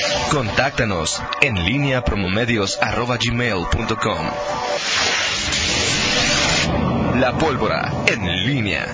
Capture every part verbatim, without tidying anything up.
Contáctanos en línea promomedios arroba gmail punto com. La Pólvora en línea.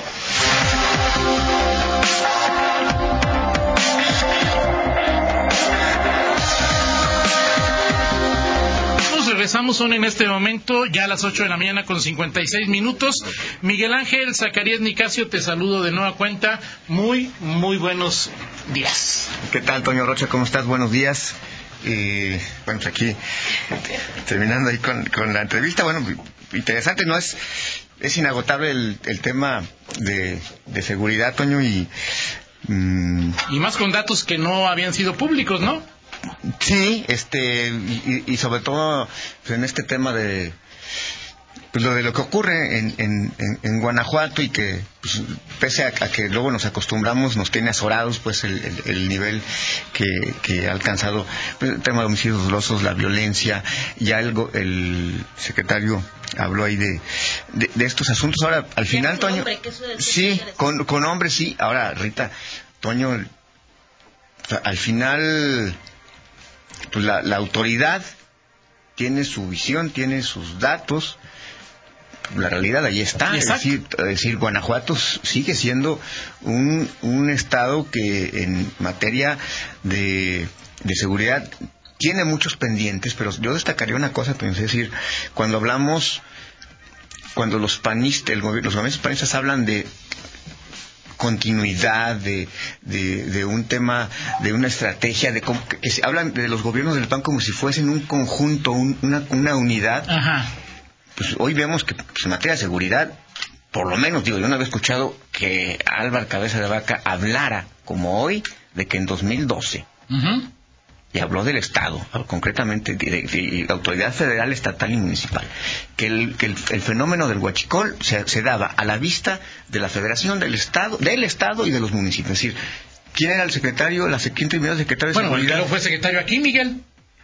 Regresamos, son en este momento ya a las ocho de la mañana con cincuenta y seis minutos. Miguel Ángel Zacarías Nicasio, te saludo de nueva cuenta. Muy, muy buenos días. ¿Qué tal, Toño Rocha? ¿Cómo estás? Buenos días. Eh, bueno, pues aquí, terminando ahí con, con la entrevista. Bueno, interesante, ¿no? Es, es inagotable el, el tema de, de seguridad, Toño, y... Mmm... Y más con datos que no habían sido públicos, ¿no? Sí, este, y, y sobre todo pues, en este tema de pues, lo de lo que ocurre en, en, en, en Guanajuato y que pues, pese a, a que luego nos acostumbramos, nos tiene azorados pues el, el, el nivel que, que ha alcanzado pues, el tema de homicidios dolosos, la violencia. Ya el, el secretario habló ahí de, de, de estos asuntos. Ahora, al final, Toño, hombre, sí, con, con hombres, sí. Ahora, Rita, Toño, o sea, al final... Pues la, la autoridad tiene su visión, tiene sus datos, la realidad ahí está. Es decir, es decir, Guanajuato sigue siendo un, un estado que en materia de, de seguridad tiene muchos pendientes, pero yo destacaría una cosa, es decir, cuando hablamos, cuando los panistas, el, los gobiernos panistas hablan de continuidad, de, de, de un tema, de una estrategia, de que, que se hablan de los gobiernos del P A N como si fuesen un conjunto, un, una, una unidad. Ajá. Pues hoy vemos que pues, en materia de seguridad, por lo menos, digo, yo no había escuchado que Álvaro Cabeza de Vaca hablara como hoy de que en dos mil doce uh-huh. y habló del Estado, concretamente de, de, de autoridad federal, estatal y municipal, que el, que el, el fenómeno del huachicol se, se daba a la vista de la Federación del Estado, del Estado y de los municipios. Es decir, ¿quién era el secretario, la quinta y medio secretario de bueno, Seguridad? Bueno, fue secretario aquí, Miguel.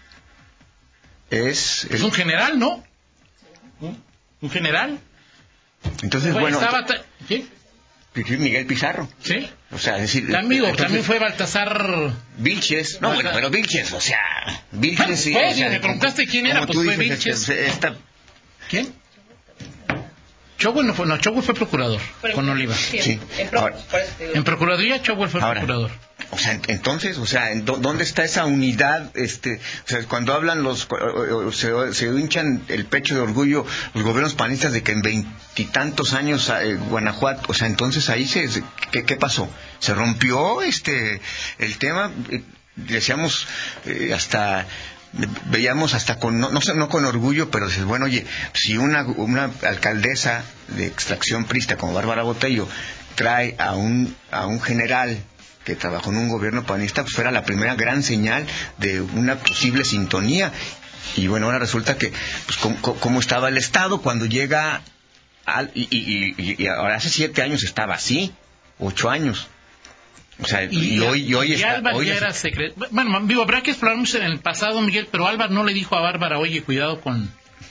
Es, es un general, ¿no? Un general. Entonces, fue, bueno... Estaba ta... ¿Sí? Miguel Pizarro. Sí. O sea, es decir... También, entonces, también fue Baltasar... Vilches. No, bueno, pero Vilches, o sea... Vilches sí... Pues, o sea, me preguntaste quién era, pues fue Vilches. Este, esta... ¿Quién? Chowell no fue, no, Chowell fue procurador pero, con Oliva. Sí. En, pro, ahora, en Procuraduría Chowell fue ahora, procurador. O sea, entonces, o sea, ¿dónde está esa unidad? Este, o sea, cuando hablan los, se, se hinchan el pecho de orgullo los gobiernos panistas de que en veintitantos años eh, Guanajuato, o sea, entonces ahí se, ¿qué, qué pasó? Se rompió este, el tema, eh, decíamos eh, hasta veíamos hasta con no, no no con orgullo, pero dices, bueno, oye, si una una alcaldesa de extracción prista como Bárbara Botello trae a un a un general que trabajó en un gobierno panista, pues fuera la primera gran señal de una posible sintonía. Y bueno, ahora resulta que pues cómo, cómo estaba el Estado cuando llega al, y, y, y, y ahora hace siete años estaba así, ocho años. O sea, y, y hoy, y hoy y está... Álvaro hoy ya es... era secreto. Bueno, vivo, habrá que explorar mucho en el pasado, Miguel, pero Álvaro no le dijo a Bárbara, oye, cuidado con...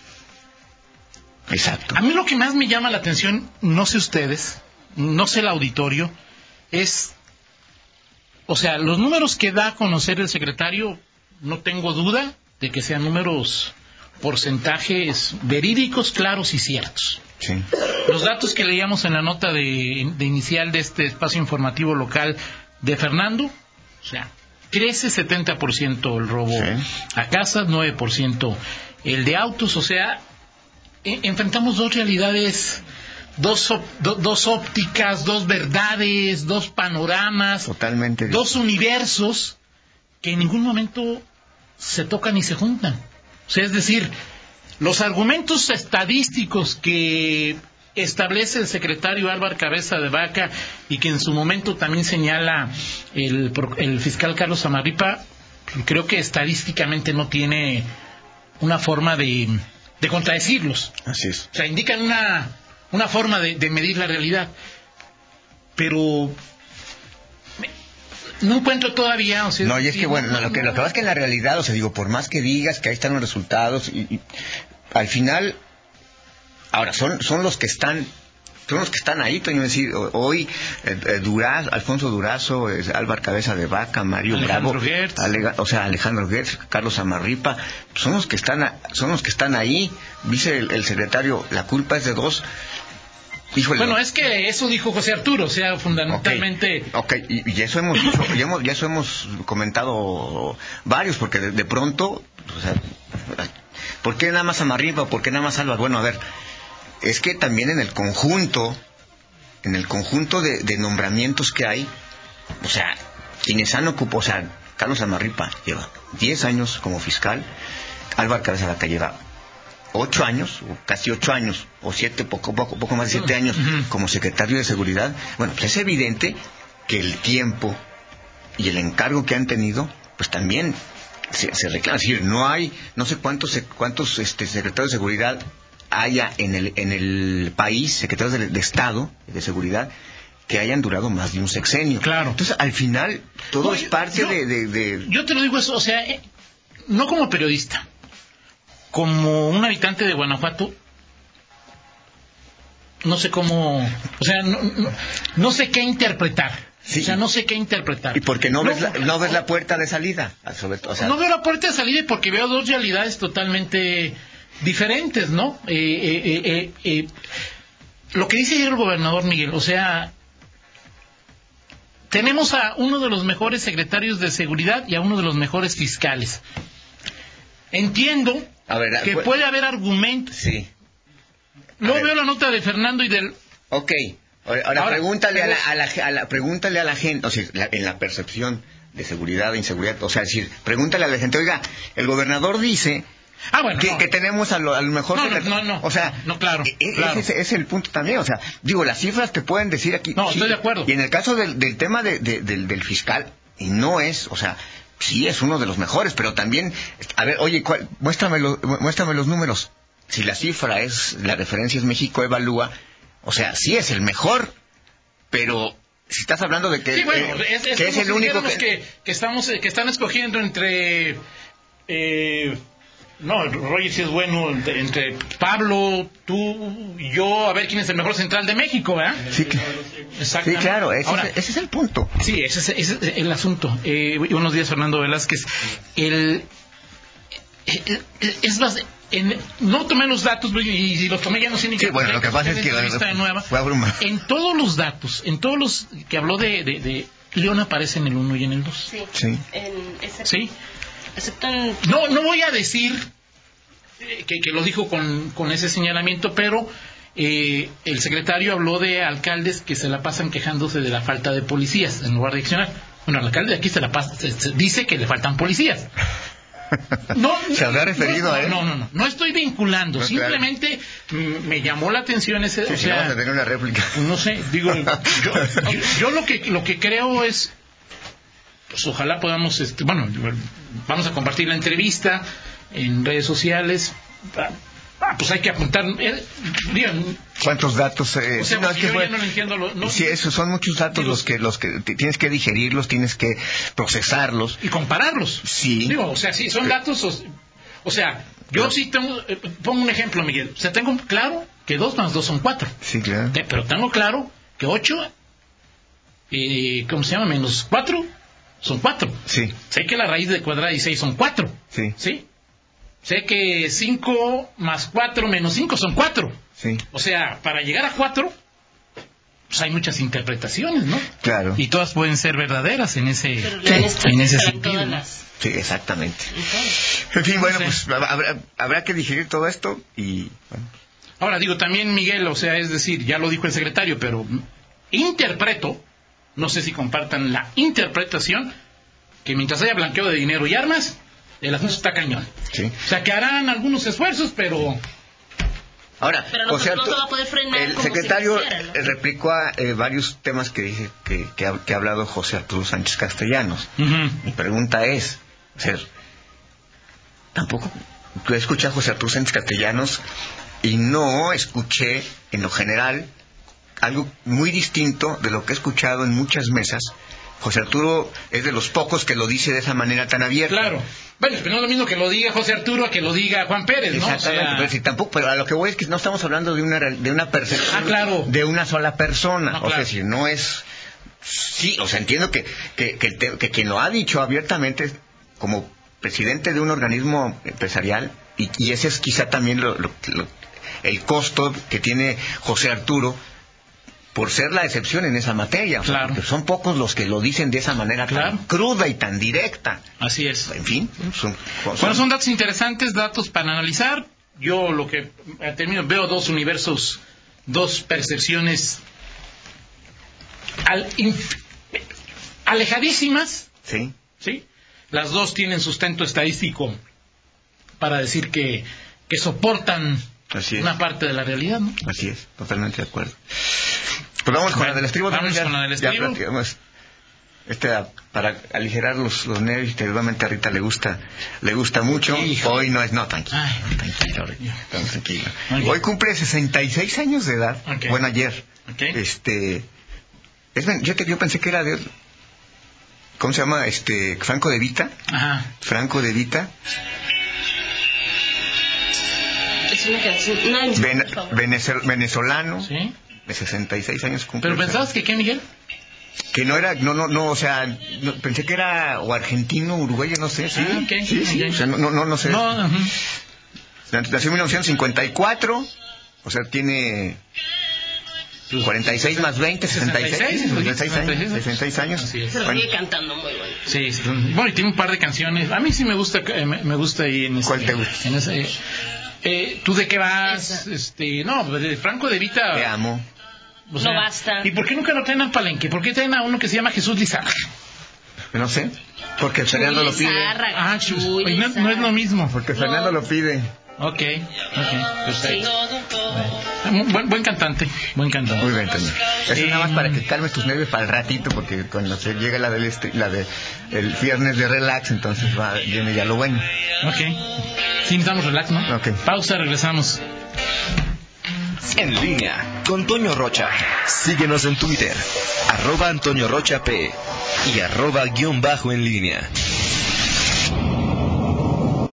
Exacto. A mí lo que más me llama la atención, no sé ustedes, no sé el auditorio, es... O sea, los números que da a conocer el secretario, no tengo duda de que sean números, porcentajes verídicos, claros y ciertos. Sí. Los datos que leíamos en la nota de, de inicial de este espacio informativo local de Fernando, o sea, crece setenta por ciento el robo sí. a casas, nueve por ciento el de autos, o sea, e- enfrentamos dos realidades, dos, op- do- dos ópticas, dos verdades, dos panoramas, totalmente dos universos que en ningún momento se tocan y se juntan. O sea, es decir, los argumentos estadísticos que establece el secretario Álvaro Cabeza de Vaca y que en su momento también señala el, el fiscal Carlos Zamarripa, creo que estadísticamente no tiene una forma de, de contradecirlos. Así es. O sea, indican una, una forma de, de medir la realidad. Pero no encuentro todavía... O sea, no, y es que, bueno, no, lo, que, no, lo que pasa es que en la realidad, o sea, digo, por más que digas que ahí están los resultados, y, y al final, ahora, son, son los que están son los que están ahí, Toño. Es decir, hoy eh, eh, Durazo, Alfonso Durazo, eh, Álvaro Cabeza de Vaca, Mario Alejandro Bravo, Gertz. Alega, o sea, Alejandro Gertz, Carlos Amarripa, son los que están, a, son los que están ahí. Dice el, el secretario, la culpa es de dos. Híjole. Bueno, es que eso dijo José Arturo, o sea, fundamentalmente... Ok, okay. Y, y eso hemos dicho, y hemos, ya eso hemos comentado varios, porque de, de pronto, o sea, ¿por qué nada más Amarripa? ¿Por qué nada más Álvaro? Bueno, a ver, es que también en el conjunto, en el conjunto de, de nombramientos que hay, o sea, quienes han ocupado, o sea, Carlos Amarripa lleva diez años como fiscal, Álvaro Cabeza de Vaca lleva ocho años, o casi ocho años, o siete, poco, poco, poco más de siete años como secretario de Seguridad. Bueno, pues es evidente que el tiempo y el encargo que han tenido, pues también se, se reclama. Es decir, no hay, no sé cuántos cuántos este, secretarios de Seguridad haya en el en el país, secretarios de, de Estado de Seguridad, que hayan durado más de un sexenio. Claro. Entonces, al final, todo no, es parte yo, de, de, de... Yo te lo digo eso, o sea, eh, no como periodista, como un habitante de Guanajuato, no sé cómo, o sea, no, no, no sé qué interpretar. Sí. O sea, no sé qué interpretar. Y porque no, no ves la, no ves la puerta de salida, sobre todo. O sea, no veo la puerta de salida porque veo dos realidades totalmente diferentes, ¿no? Eh, eh, eh, eh, lo que dice ayer el gobernador Miguel, o sea, tenemos a uno de los mejores secretarios de seguridad y a uno de los mejores fiscales. Entiendo a ver, que pues, puede haber argumentos. Sí. Luego veo la nota de Fernando y del... Ok. Ahora, ahora pregúntale, a la, a, la, a la, pregúntale a la gente, o sea, la, en la percepción de seguridad e inseguridad, o sea, decir, pregúntale a la gente, oiga, el gobernador dice ah, bueno, que, no. que tenemos a lo, a lo mejor... No, no, no, no, o sea, no, claro, e, claro. Ese, ese es el punto también, o sea, digo, las cifras te pueden decir aquí... No, sí, estoy de acuerdo. Y en el caso del, del tema de, de, del, del fiscal, y no es, o sea... Sí, es uno de los mejores, pero también, a ver, oye, ¿cuál? Muéstrame, lo, muéstrame los números. Si la cifra es, la referencia es México Evalúa, o sea, sí es el mejor, pero si estás hablando de que, sí, bueno, eh, es, es, que es el si único que... que, que estamos, que están escogiendo entre, eh, no, Roger sí es bueno, entre, entre Pablo, tú y yo, a ver quién es el mejor central de México, ¿verdad? Sí, sí, claro, ese, Ahora, es, ese es el punto. Sí, ese es, ese es el asunto. Eh, buenos días, Fernando Velázquez. El, el, el es más, en, no tomé los datos y si los tomé ya no sé ni sí, qué. Bueno, lo que pasa es que de nueva. Fue abrumado. En todos los datos, en todos los que habló de, de, de León aparece en el uno y en el dos. Sí. Sí. En, excepto, sí. Excepto en... No, no voy a decir eh, que, que lo dijo con, con ese señalamiento, pero eh, el secretario habló de alcaldes que se la pasan quejándose de la falta de policías en lugar de accionar. Bueno, el alcalde de aquí se la pasa, se, se dice que le faltan policías. No, se habrá referido no, a él. No, no, no, no estoy vinculando. No, simplemente claro. me llamó la atención ese. Sí, o si sea, vamos a tener una réplica. No sé, digo, yo, yo, yo lo que lo que creo es, pues ojalá podamos, este, bueno, vamos a compartir la entrevista en redes sociales. Ah, pues hay que apuntar. Eh, digan, ¿Cuántos datos? Eh, o sea, no, es que yo fue, ya no lo entiendo. Lo, no, sí, esos son muchos datos digo, los que los que tienes que digerirlos, tienes que procesarlos y compararlos. Sí. Digo, o sea, sí, son datos. O, o sea, yo pero, sí tengo. Eh, pongo un ejemplo, Miguel. O sea, tengo claro que dos más dos son cuatro. Sí, claro. Te, pero tengo claro que ocho, eh, ¿cómo se llama? Menos cuatro son cuatro. Sí. Sé que la raíz de cuadrada y seis son cuatro. Sí. Sí. Sé que cinco más cuatro menos cinco son cuatro. Sí. O sea, para llegar a cuatro, pues hay muchas interpretaciones, ¿no? Claro. Y todas pueden ser verdaderas en ese, sí. en ese sentido. ¿No? Las... Sí, exactamente. En fin, bueno, pues habrá, habrá que digerir todo esto y... Bueno. Ahora, digo, también Miguel, o sea, es decir, ya lo dijo el secretario, pero interpreto, no sé si compartan la interpretación, que mientras haya blanqueo de dinero y armas... el asunto está cañón. Sí. O sea, que harán algunos esfuerzos, pero... Ahora, pero no, José no Arturo, se va a poder frenar el como secretario si quisiera, ¿no? replicó a eh, varios temas que dice que, que, ha, que ha hablado José Arturo Sánchez Castellanos. Uh-huh. Mi pregunta es, o sea, tampoco yo escuché a José Arturo Sánchez Castellanos y no escuché en lo general algo muy distinto de lo que he escuchado en muchas mesas. José Arturo es de los pocos que lo dice de esa manera tan abierta. Claro. Bueno, pero no es lo mismo que lo diga José Arturo a que lo diga Juan Pérez, ¿no? Exactamente, O sea... pero, si tampoco, pero a lo que voy es que no estamos hablando de una de una percepción ah, claro. de una sola persona. No, o claro. sea, si no es... Sí, o sea, entiendo que, que, que, te, que quien lo ha dicho abiertamente como presidente de un organismo empresarial, y, y ese es quizá también lo, lo, lo, el costo que tiene José Arturo por ser la excepción en esa materia. O sea, claro. porque son pocos los que lo dicen de esa manera claro. tan cruda y tan directa. Así es. En fin, son, son... Bueno, son datos interesantes, datos para analizar. Yo lo que termino, veo dos universos, dos percepciones al, inf, alejadísimas. Sí. ¿Sí? Las dos tienen sustento estadístico para decir que, que soportan una parte de la realidad, ¿no? Así es, totalmente de acuerdo. Pues vamos con bueno, la del estribo. Vamos con la del estribo. Este, para aligerar los, los nervios, que realmente a Rita le gusta, le gusta mucho. Hijo. Hoy no es, no, tranquilo. Ay, tranquilo, tranquilo. Okay. Hoy cumple sesenta y seis años de edad. Okay. Bueno, ayer. Okay. Este, es, yo, yo pensé que era de, ¿cómo se llama? Este, Franco de Vita. Ajá. Franco de Vita. Es una canción. No, Ven, venezol, venezolano. Sí. De sesenta y seis años cumple. ¿Pero pensabas que qué, Miguel? Que no era, no, no, no, o sea, no, pensé que era o argentino, uruguayo, no sé, sí, ah, okay, sí, okay. sí, o sea, no, no, no sé. No, uh-huh. Nació en mil novecientos cincuenta y cuatro, o sea, tiene cuarenta y seis más veinte, sesenta y seis, sesenta y seis años, sesenta y seis años. Sí, se lo sigue cantando muy bueno. Sí, sí, bueno, y tiene un par de canciones. A mí sí me gusta, eh, me, me gusta ahí en ese. ¿Cuál te gusta? En ese, eh, ¿tú de qué vas? Esa. Este, no, de Franco de Vita. Te amo. O sea, no basta. ¿Y por qué nunca lo traen al Palenque? ¿Por qué traen a uno que se llama Jesús Lizárraga? No sé, porque Chuy Fernando lo pide. Ah, Chuy, no, no es lo mismo. Porque Fernando no. lo pide. Ok, ok, perfecto. Sí. Buen, buen cantante, buen cantante. Muy bien, también. Eso eh, nada más para que calmes tus nervios para el ratito, porque cuando se llega la del este, la de el viernes de relax, entonces va, viene ya lo bueno. Ok. Sí, necesitamos relax, ¿no? Ok. Pausa, regresamos. En línea con Toño Rocha. Síguenos en Twitter, arroba Antonio Rocha P y arroba guión bajo en línea.